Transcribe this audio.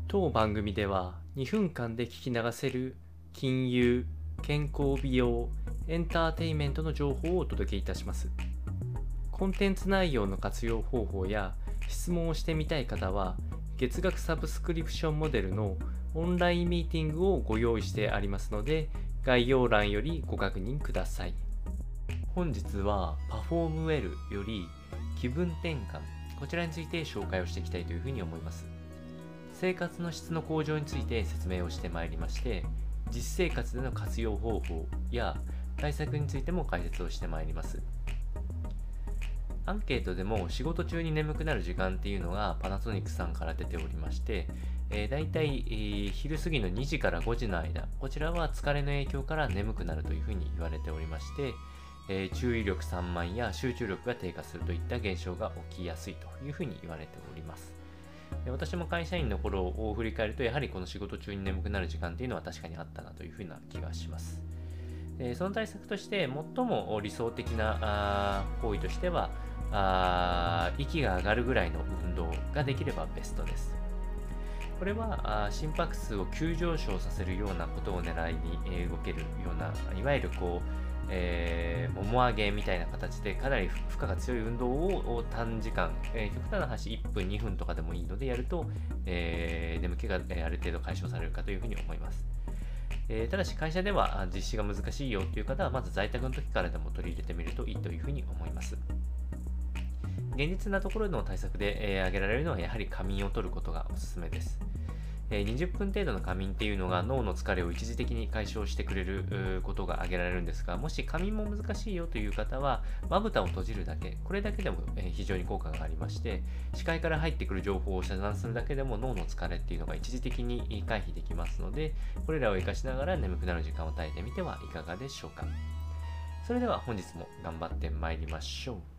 当番組では2分間で聞き流せる金融、健康美容、エンターテインメントの情報をお届けいたします。コンテンツ内容の活用方法や質問をしてみたい方は、月額サブスクリプションモデルのオンラインミーティングをご用意してありますので、概要欄よりご確認ください。本日はパフォームウェルより気分転換、こちらについて紹介をしていきたいというふうに思います。生活の質の向上について説明をしてまいりまして、実生活での活用方法や対策についても解説をしてまいります。アンケートでも仕事中に眠くなる時間っていうのがパナソニックさんから出ておりまして、だいたい昼過ぎの2時から5時の間、こちらは疲れの影響から眠くなるというふうに言われておりまして、注意力散漫や集中力が低下するといった現象が起きやすいというふうに言われております。私も会社員の頃を振り返ると、やはりこの仕事中に眠くなる時間っていうのは確かにあったなというふうな気がします。その対策として最も理想的な行為としては、息が上がるぐらいの運動ができればベストです。これは心拍数を急上昇させるようなことを狙いに動けるような、いわゆるもも上げみたいな形でかなり負荷が強い運動を短時間、極端な話1分2分とかでもいいのでやると、眠気がある程度解消されるかというふうに思います。ただし会社では実施が難しいよという方は、まず在宅の時からでも取り入れてみるといいというふうに思います。現実なところの対策で、挙げられるのはやはり仮眠を取ることがおすすめです。20分程度の仮眠っていうのが脳の疲れを一時的に解消してくれることが挙げられるんですが、もし仮眠も難しいよという方は、まぶたを閉じるだけ、これだけでも非常に効果がありまして、視界から入ってくる情報を遮断するだけでも脳の疲れっていうのが一時的に回避できますので、これらを活かしながら眠くなる時間を耐えてみてはいかがでしょうか。それでは本日も頑張ってまいりましょう。